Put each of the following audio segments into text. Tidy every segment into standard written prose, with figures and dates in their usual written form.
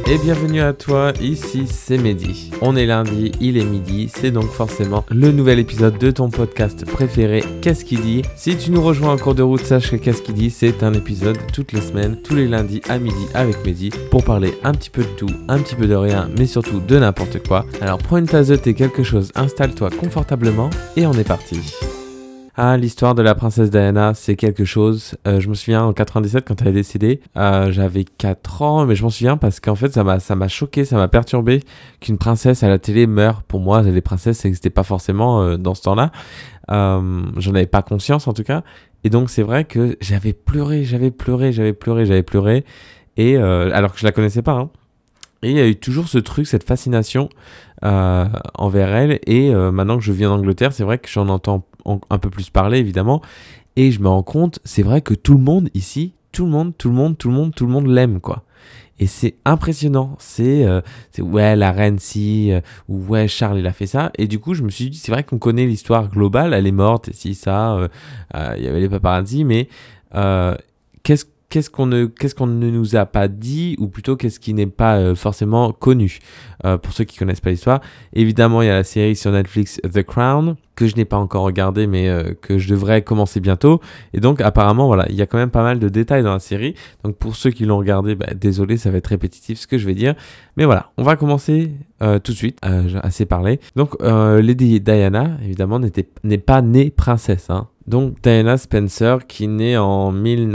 Et bienvenue à toi, ici c'est Mehdi. On est lundi, il est midi, c'est donc forcément le nouvel épisode de ton podcast préféré, Qu'est-ce qu'il dit ? Si tu nous rejoins en cours de route, sache que Qu'est-ce qu'il dit, c'est un épisode toutes les semaines, tous les lundis à midi avec Mehdi, pour parler un petit peu de tout, un petit peu de rien, mais surtout de n'importe quoi. Alors prends une tasse de thé, quelque chose, installe-toi confortablement et on est parti. Ah, l'histoire de la princesse Diana, c'est quelque chose. Je me souviens en 97 quand elle est décédée, j'avais 4 ans, mais je m'en souviens parce qu'en fait ça m'a choqué, ça m'a perturbé qu'une princesse à la télé meure. Pour moi, les princesses ça n'existait pas forcément dans ce temps-là. J'en avais pas conscience en tout cas. Et donc c'est vrai que j'avais pleuré. Et alors que je la connaissais pas, hein. Et il y a eu toujours ce truc, cette fascination envers elle. Et maintenant que je vis en Angleterre, c'est vrai que j'en entends un peu plus parler évidemment. Et je me rends compte, c'est vrai que tout le monde ici, tout le monde l'aime quoi. Et c'est impressionnant. C'est ouais, la reine si, ou ouais, Charles il a fait ça. Et du coup, je me suis dit, c'est vrai qu'on connaît l'histoire globale, elle est morte, et si ça, il y avait les paparazzi, mais qu'est-ce qu'on ne nous a pas dit, ou plutôt qu'est-ce qui n'est pas forcément connu pour ceux qui connaissent pas l'histoire. Évidemment, il y a la série sur Netflix The Crown, que je n'ai pas encore regardé, mais que je devrais commencer bientôt. Et donc, apparemment, voilà, il y a quand même pas mal de détails dans la série. Donc, pour ceux qui l'ont regardé, désolé, ça va être répétitif ce que je vais dire. Mais voilà, on va commencer tout de suite, assez parlé. Donc, Lady Diana, évidemment, n'est pas née princesse, hein. Donc Diana Spencer qui naît en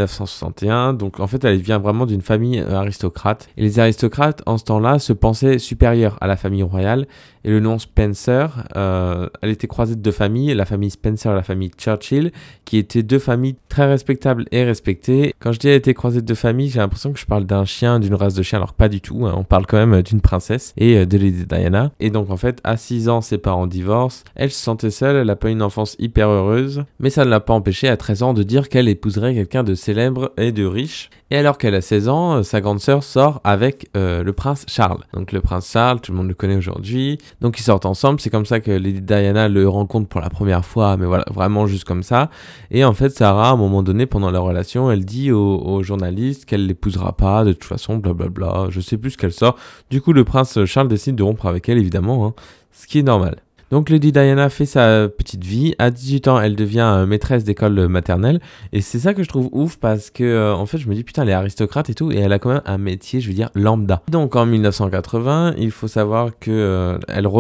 1961, donc en fait elle vient vraiment d'une famille aristocrate. Et les aristocrates en ce temps-là se pensaient supérieurs à la famille royale. Et le nom Spencer, elle était croisée de deux familles, la famille Spencer et la famille Churchill, qui étaient deux familles très respectables et respectées. Quand je dis elle était croisée de deux familles, j'ai l'impression que je parle d'un chien, d'une race de chien, alors pas du tout, hein. On parle quand même d'une princesse et de Lady Diana. Et donc en fait, à 6 ans, ses parents divorcent, elle se sentait seule, elle n'a pas eu une enfance hyper heureuse, mais ça ne l'a pas empêchée à 13 ans de dire qu'elle épouserait quelqu'un de célèbre et de riche. Et alors qu'elle a 16 ans, sa grande sœur sort avec le prince Charles. Donc le prince Charles, tout le monde le connaît aujourd'hui. Donc ils sortent ensemble, c'est comme ça que Lady Diana le rencontre pour la première fois, mais voilà, vraiment juste comme ça. Et en fait, Sarah, à un moment donné, pendant leur relation, elle dit aux journalistes qu'elle l'épousera pas, de toute façon, blablabla, je sais plus ce qu'elle sort. Du coup, le prince Charles décide de rompre avec elle, évidemment, hein, ce qui est normal. Donc Lady Diana fait sa petite vie. À 18 ans, elle devient maîtresse d'école maternelle. Et c'est ça que je trouve ouf parce que, en fait, je me dis, putain, elle est aristocrate et tout. Et elle a quand même un métier, je veux dire, lambda. Donc en 1980, il faut savoir que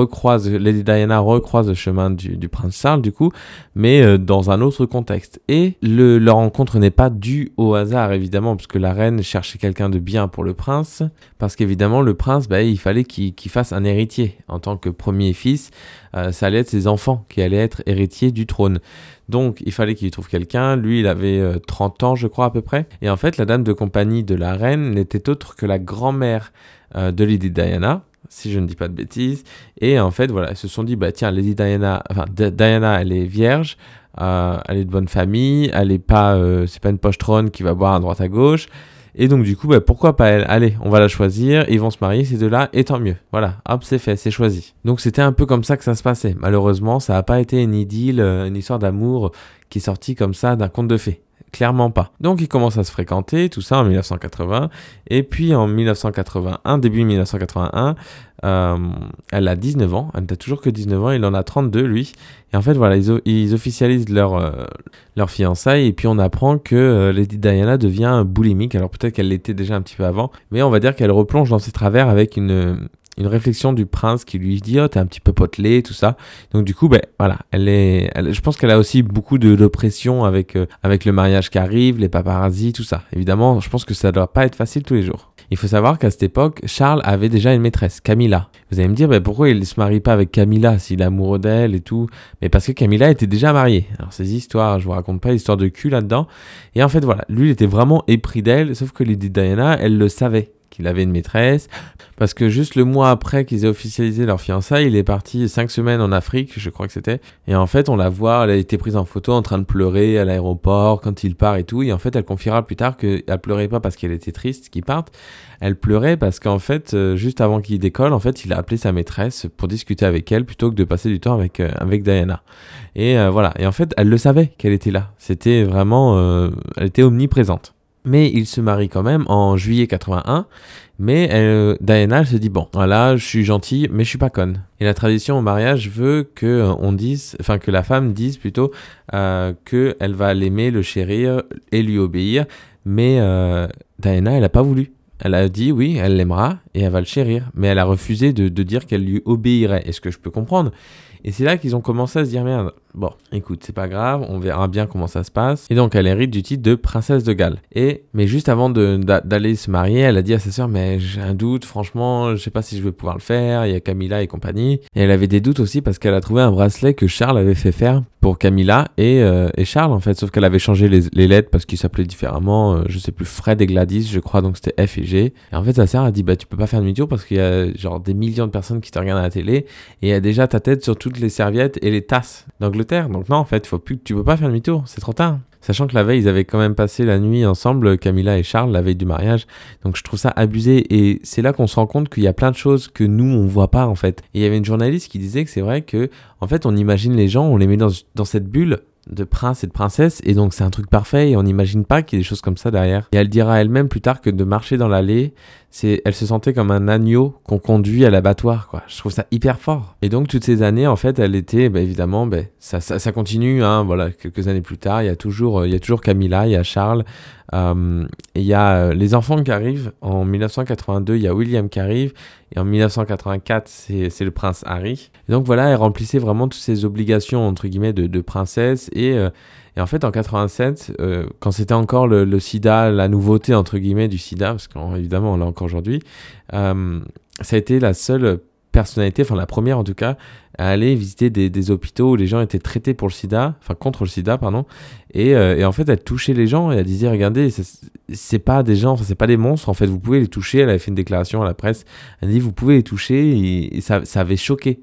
Lady Diana recroise le chemin du prince Charles, du coup, mais dans un autre contexte. Et leur rencontre n'est pas due au hasard, évidemment, parce que la reine cherchait quelqu'un de bien pour le prince. Parce qu'évidemment, le prince, il fallait qu'il fasse un héritier en tant que premier fils. Ça allait être ses enfants qui allaient être héritiers du trône. Donc, il fallait qu'il trouve quelqu'un. Lui, il avait 30 ans, je crois, à peu près. Et en fait, la dame de compagnie de la reine n'était autre que la grand-mère de Lady Diana, si je ne dis pas de bêtises. Et en fait, voilà, ils se sont dit, tiens, Lady Diana, Diana, elle est vierge, elle est de bonne famille, elle est pas, c'est pas une pochetronne qui va boire à droite à gauche. Et donc du coup, pourquoi pas elle ? Allez, on va la choisir, ils vont se marier ces deux-là, et tant mieux. Voilà, hop, c'est fait, c'est choisi. Donc c'était un peu comme ça que ça se passait. Malheureusement, ça n'a pas été une idylle, une histoire d'amour qui est sortie comme ça d'un conte de fées. Clairement pas. Donc ils commencent à se fréquenter, tout ça en 1980. Et puis en 1981, début 1981, elle a 19 ans. Elle n'a toujours que 19 ans, il en a 32 lui. Et en fait voilà, ils officialisent leur fiançailles. Et puis on apprend que Lady Diana devient boulimique. Alors peut-être qu'elle l'était déjà un petit peu avant. Mais on va dire qu'elle replonge dans ses travers avec une réflexion du prince qui lui dit « Oh, t'es un petit peu potelé, tout ça. » Donc du coup, voilà, je pense qu'elle a aussi beaucoup d'oppression avec le mariage qui arrive, les paparazzis, tout ça. Évidemment, je pense que ça doit pas être facile tous les jours. Il faut savoir qu'à cette époque, Charles avait déjà une maîtresse, Camilla. Vous allez me dire, pourquoi il ne se marie pas avec Camilla s'il est amoureux d'elle et tout ? Mais parce que Camilla était déjà mariée. Alors ces histoires, je vous raconte pas l'histoire de cul là-dedans. Et en fait, voilà, lui, il était vraiment épris d'elle, sauf que Lady Diana, elle le savait qu'il avait une maîtresse, parce que juste le mois après qu'ils aient officialisé leur fiançailles, il est parti 5 semaines en Afrique, je crois que c'était, et en fait on la voit, elle a été prise en photo en train de pleurer à l'aéroport quand il part et tout, et en fait elle confiera plus tard qu'elle pleurait pas parce qu'elle était triste qu'il parte, elle pleurait parce qu'en fait, juste avant qu'il décolle, en fait il a appelé sa maîtresse pour discuter avec elle plutôt que de passer du temps avec Diana. Et voilà, et en fait elle le savait qu'elle était là, c'était vraiment, elle était omniprésente. Mais il se marie quand même en juillet 81. Mais Diana, elle se dit, bon, voilà, je suis gentille, mais je suis pas conne. Et la tradition au mariage veut que que la femme dise plutôt qu'elle va l'aimer, le chérir et lui obéir. Mais Diana, elle a pas voulu. Elle a dit oui, elle l'aimera et elle va le chérir. Mais elle a refusé de dire qu'elle lui obéirait. Est-ce que je peux comprendre ? Et c'est là qu'ils ont commencé à se dire merde, bon, écoute, c'est pas grave, on verra bien comment ça se passe. Et donc elle hérite du titre de princesse de Galles. Mais juste avant d'aller se marier, elle a dit à sa sœur, mais j'ai un doute, franchement, je sais pas si je vais pouvoir le faire, il y a Camilla et compagnie. Et elle avait des doutes aussi parce qu'elle a trouvé un bracelet que Charles avait fait faire pour Camilla et Charles en fait, sauf qu'elle avait changé les lettres parce qu'ils s'appelaient différemment, je sais plus, Fred et Gladys, je crois, donc c'était F et G. Et en fait, sa sœur a dit, bah tu peux pas faire demi-tour parce qu'il y a genre des millions de personnes qui te regardent à la télé et il y a déjà ta tête sur toutes les serviettes et les tasses d'Angleterre. Donc non, en fait, tu peux pas faire demi-tour, c'est trop tard. Sachant que la veille, ils avaient quand même passé la nuit ensemble, Camilla et Charles, la veille du mariage. Donc je trouve ça abusé. Et c'est là qu'on se rend compte qu'il y a plein de choses que nous, on voit pas, en fait. Et il y avait une journaliste qui disait que c'est vrai que, en fait, on imagine les gens, on les met dans cette bulle de prince et de princesse, et donc c'est un truc parfait, et on n'imagine pas qu'il y ait des choses comme ça derrière. Et elle dira elle-même plus tard que de marcher dans l'allée, elle se sentait comme un agneau qu'on conduit à l'abattoir, quoi. Je trouve ça hyper fort. Et donc toutes ces années, en fait, elle était, évidemment, ça continue, hein, voilà, quelques années plus tard, il y a toujours Camilla, il y a Charles, et il y a les enfants qui arrivent. En 1982, il y a William qui arrive, et en 1984, c'est le prince Harry. Et donc voilà, elle remplissait vraiment toutes ses obligations, entre guillemets, de princesse. Et en fait, en 87, quand c'était encore le sida, la nouveauté, entre guillemets, du sida, parce qu'évidemment, on l'a encore aujourd'hui, ça a été la seule personnalité, enfin la première en tout cas, à aller visiter des hôpitaux où les gens étaient traités pour le sida, enfin contre le sida, pardon. Et en fait, elle touchait les gens et elle disait, regardez, c'est pas des gens, c'est pas des monstres, en fait, vous pouvez les toucher. Elle avait fait une déclaration à la presse, elle dit, vous pouvez les toucher, et ça avait choqué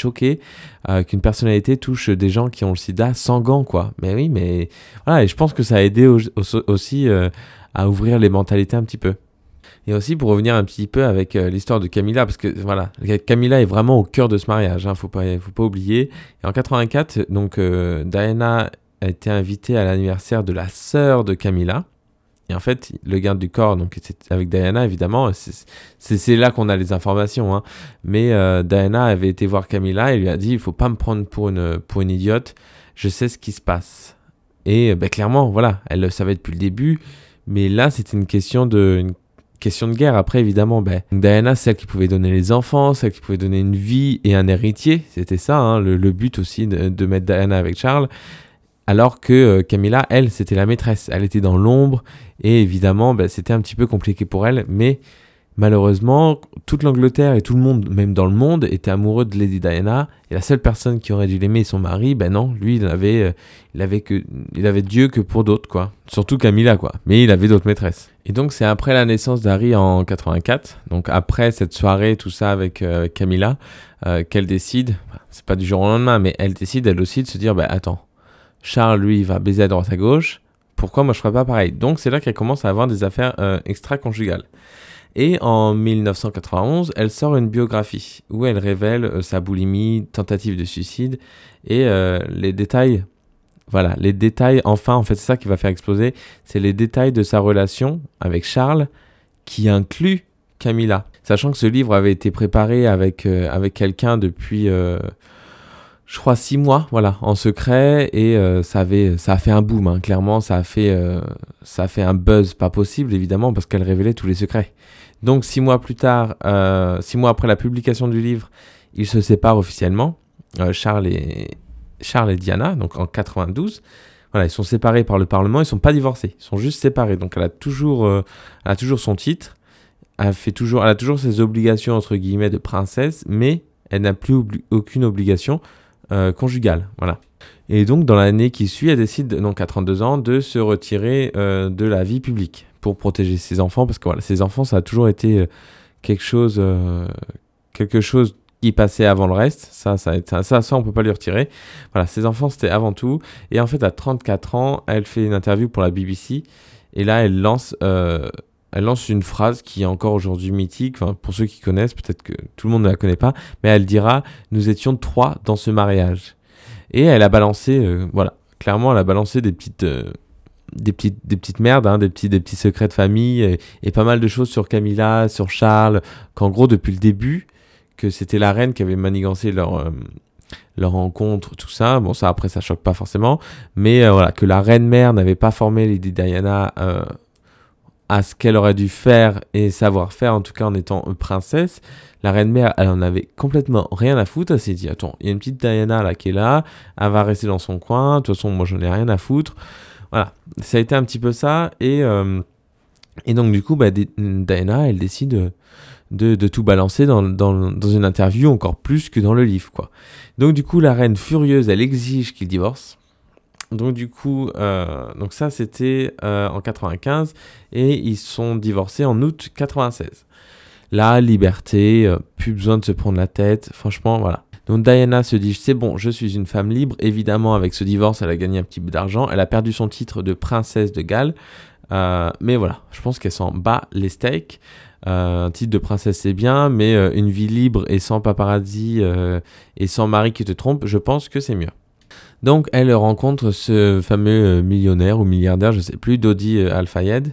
qu'une personnalité touche des gens qui ont le sida sans gants, quoi. Mais oui, mais voilà, et je pense que ça a aidé aussi à ouvrir les mentalités un petit peu. Et aussi pour revenir un petit peu avec l'histoire de Camilla, parce que voilà, Camilla est vraiment au cœur de ce mariage, hein, faut pas oublier. Et en 84, donc Diana a été invitée à l'anniversaire de la sœur de Camilla. Et en fait, le garde du corps, donc c'est avec Diana évidemment, c'est là qu'on a les informations, hein. Mais Diana avait été voir Camilla et lui a dit, il faut pas me prendre pour une idiote, je sais ce qui se passe. Et clairement, voilà, elle le savait depuis le début, mais là c'était une question de guerre. Après, évidemment, Diana, celle qui pouvait donner les enfants, celle qui pouvait donner une vie et un héritier. C'était ça, hein, le but aussi de mettre Diana avec Charles. Alors que Camilla, elle, c'était la maîtresse. Elle était dans l'ombre et évidemment, c'était un petit peu compliqué pour elle. Mais malheureusement, toute l'Angleterre et tout le monde, même dans le monde, était amoureux de Lady Diana. Et la seule personne qui aurait dû l'aimer, son mari, non, lui, il avait Dieu que pour d'autres, quoi. Surtout Camilla, quoi. Mais il avait d'autres maîtresses. Et donc, c'est après la naissance d'Harry en 84, donc après cette soirée, tout ça avec Camilla, qu'elle décide, c'est pas du jour au lendemain, mais elle décide, elle aussi, de se dire, attends, Charles, lui, il va baiser à droite à gauche, pourquoi moi je ferais pas pareil ? Donc, c'est là qu'elle commence à avoir des affaires extra-conjugales. Et en 1991, elle sort une biographie où elle révèle sa boulimie, tentative de suicide et les détails. Voilà, les détails, enfin, en fait, c'est ça qui va faire exploser. C'est les détails de sa relation avec Charles qui inclut Camilla. Sachant que ce livre avait été préparé avec quelqu'un depuis, je crois, 6 mois, voilà, en secret. Et ça a fait un boom, hein, clairement. Ça a fait un buzz pas possible, évidemment, parce qu'elle révélait tous les secrets. Donc 6 mois plus tard, 6 mois après la publication du livre, ils se séparent officiellement, Charles et Diana, donc en 92. Voilà, ils sont séparés par le Parlement, ils sont pas divorcés, ils sont juste séparés. Donc elle a toujours son titre, elle a toujours ses obligations entre guillemets de princesse, mais elle n'a plus aucune obligation conjugale. Voilà. Et donc dans l'année qui suit, elle décide, donc à 32 ans, de se retirer de la vie publique pour protéger ses enfants, parce que voilà, ses enfants, ça a toujours été quelque chose qui passait avant le reste. Ça, on peut pas lui retirer. Voilà, ses enfants, c'était avant tout. Et en fait, à 34 ans, elle fait une interview pour la BBC, et là, elle lance une phrase qui est encore aujourd'hui mythique. Enfin, pour ceux qui connaissent, peut-être que tout le monde ne la connaît pas, mais elle dira « Nous étions 3 dans ce mariage ». Et elle a balancé, clairement, elle a balancé des petites des petites merdes, hein, des petits secrets de famille et pas mal de choses sur Camilla, sur Charles, qu'en gros depuis le début, que c'était la reine qui avait manigancé leur rencontre, tout ça. Bon, ça après ça choque pas forcément, mais voilà, que la reine mère n'avait pas formé Lady Diana à ce qu'elle aurait dû faire et savoir faire, en tout cas en étant princesse. La reine mère, elle en avait complètement rien à foutre. Elle s'est dit, attends, il y a une petite Diana là qui est là, elle va rester dans son coin, de toute façon moi j'en ai rien à foutre. Voilà, ça a été un petit peu ça, et donc du coup, Diana, elle décide de tout balancer dans une interview, encore plus que dans le livre, quoi. Donc du coup, la reine furieuse, elle exige qu'il divorce. Donc du coup, donc ça c'était en 95, et ils sont divorcés en août 96. La liberté, plus besoin de se prendre la tête, franchement, voilà. Donc Diana se dit, c'est bon, je suis une femme libre. Évidemment, avec ce divorce, elle a gagné un petit peu d'argent. Elle a perdu son titre de princesse de Galles. Mais voilà, je pense qu'elle s'en bat les steaks. Un titre de princesse, c'est bien, mais une vie libre et sans paparazzi et sans mari qui te trompe, je pense que c'est mieux. Donc, elle rencontre ce fameux millionnaire ou milliardaire, je sais plus, Dodi Al-Fayed,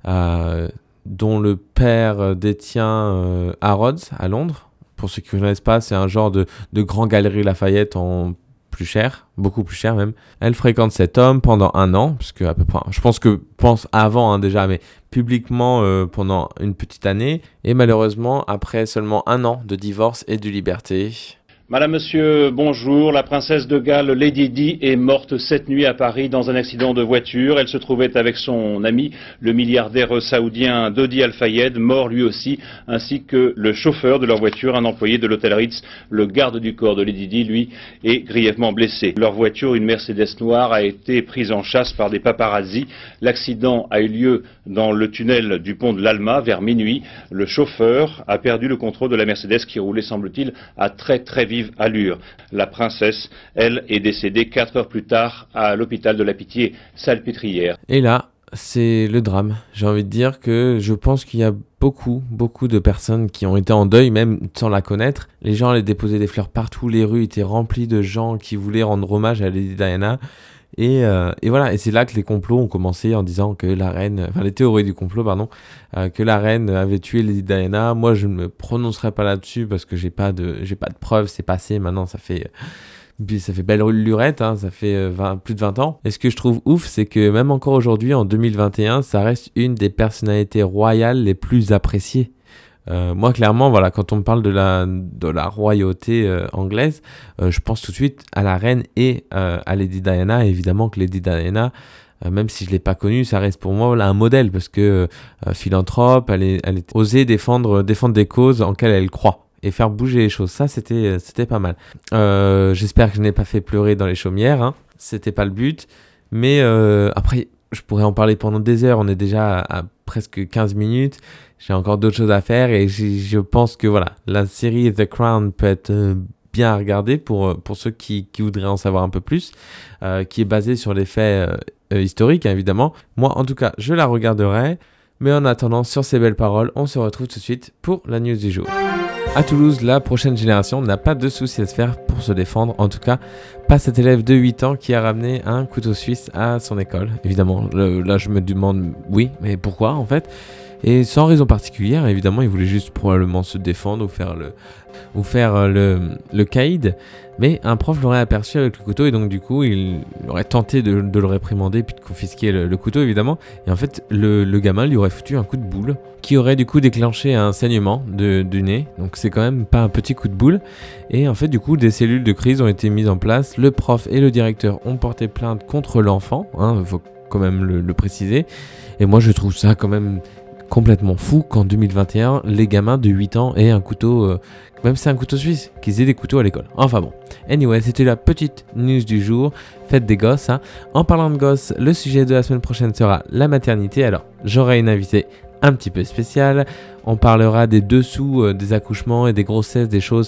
dont le père détient Harrods à Londres. Pour ceux qui ne connaissent pas, c'est un genre de grand galerie Lafayette en plus cher, beaucoup plus cher même. Elle fréquente cet homme pendant 1 an, parce que à peu près, je pense avant déjà, mais publiquement pendant une petite année. Et malheureusement, après seulement 1 an de divorce et de liberté. Madame, Monsieur, bonjour. La princesse de Galles, Lady Di, est morte cette nuit à Paris dans un accident de voiture. Elle se trouvait avec son ami, le milliardaire saoudien Dodi Al-Fayed, mort lui aussi, ainsi que le chauffeur de leur voiture, un employé de l'hôtel Ritz. Le garde du corps de Lady Di, lui, est grièvement blessé. Leur voiture, une Mercedes noire, a été prise en chasse par des paparazzis. L'accident a eu lieu dans le tunnel du pont de l'Alma vers minuit. Le chauffeur a perdu le contrôle de la Mercedes qui roulait, semble-t-il, à très vive allure. La princesse, elle, est décédée 4 heures plus tard à l'hôpital de la Pitié-Salpêtrière. Et là, c'est le drame. J'ai envie de dire que je pense qu'il y a beaucoup de personnes qui ont été en deuil, même sans la connaître. Les gens allaient déposer des fleurs partout, les rues étaient remplies de gens qui voulaient rendre hommage à Lady Diana. Et voilà, et c'est là que les complots ont commencé en disant que la reine, enfin les théories du complot, pardon, que la reine avait tué Lady Diana. Moi, je ne me prononcerai pas là-dessus parce que j'ai pas de preuves, c'est passé, maintenant ça fait belle lurette, hein, ça fait plus de 20 ans. Et ce que je trouve ouf, c'est que même encore aujourd'hui, en 2021, ça reste une des personnalités royales les plus appréciées. Moi, clairement, voilà, quand on me parle de la royauté anglaise, je pense tout de suite à la reine et à Lady Diana. Et évidemment que Lady Diana, même si je l'ai pas connue, ça reste pour moi voilà, un modèle parce que philanthrope, elle osait défendre des causes en lesquelles elle croit et faire bouger les choses. Ça, c'était pas mal. J'espère que je n'ai pas fait pleurer dans les chaumières, hein. C'était pas le but. Mais après, je pourrais en parler pendant des heures. On est déjà à presque 15 minutes. J'ai encore d'autres choses à faire et je pense que voilà, la série The Crown peut être bien à regarder pour ceux qui voudraient en savoir un peu plus, qui est basée sur les faits historiques, hein, évidemment. Moi, en tout cas, je la regarderai. Mais en attendant, sur ces belles paroles, on se retrouve tout de suite pour la news du jour. À Toulouse, la prochaine génération n'a pas de soucis à se faire pour se défendre. En tout cas, pas cet élève de 8 ans qui a ramené un couteau suisse à son école. Évidemment, là je me demande, oui, mais pourquoi en fait ? Et sans raison particulière, évidemment, il voulait juste probablement se défendre ou faire le caïd. Mais un prof l'aurait aperçu avec le couteau et donc du coup, il aurait tenté de le réprimander puis de confisquer le couteau, évidemment. Et en fait, le gamin lui aurait foutu un coup de boule qui aurait du coup déclenché un saignement du nez. Donc c'est quand même pas un petit coup de boule. Et en fait, du coup, des cellules de crise ont été mises en place. Le prof et le directeur ont porté plainte contre l'enfant. Il faut quand même le préciser. Et moi, je trouve ça quand même complètement fou qu'en 2021, les gamins de 8 ans aient un couteau, même si c'est un couteau suisse, qu'ils aient des couteaux à l'école. Enfin bon. Anyway, c'était la petite news du jour. Faites des gosses, hein. En parlant de gosses, le sujet de la semaine prochaine sera la maternité. Alors, j'aurai une invitée un petit peu spéciale. On parlera des dessous des accouchements et des grossesses, des choses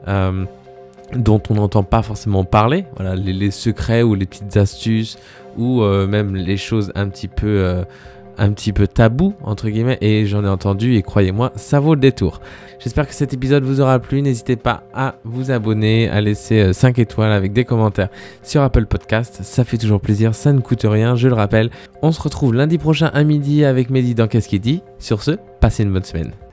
dont on n'entend pas forcément parler. Voilà, les secrets ou les petites astuces ou même les choses un petit peu un petit peu tabou, entre guillemets, et j'en ai entendu, et croyez-moi, ça vaut le détour. J'espère que cet épisode vous aura plu. N'hésitez pas à vous abonner, à laisser 5 étoiles avec des commentaires sur Apple Podcast. Ça fait toujours plaisir, ça ne coûte rien, je le rappelle. On se retrouve lundi prochain à midi avec Mehdi dans Qu'est-ce qu'il dit. Sur ce, passez une bonne semaine.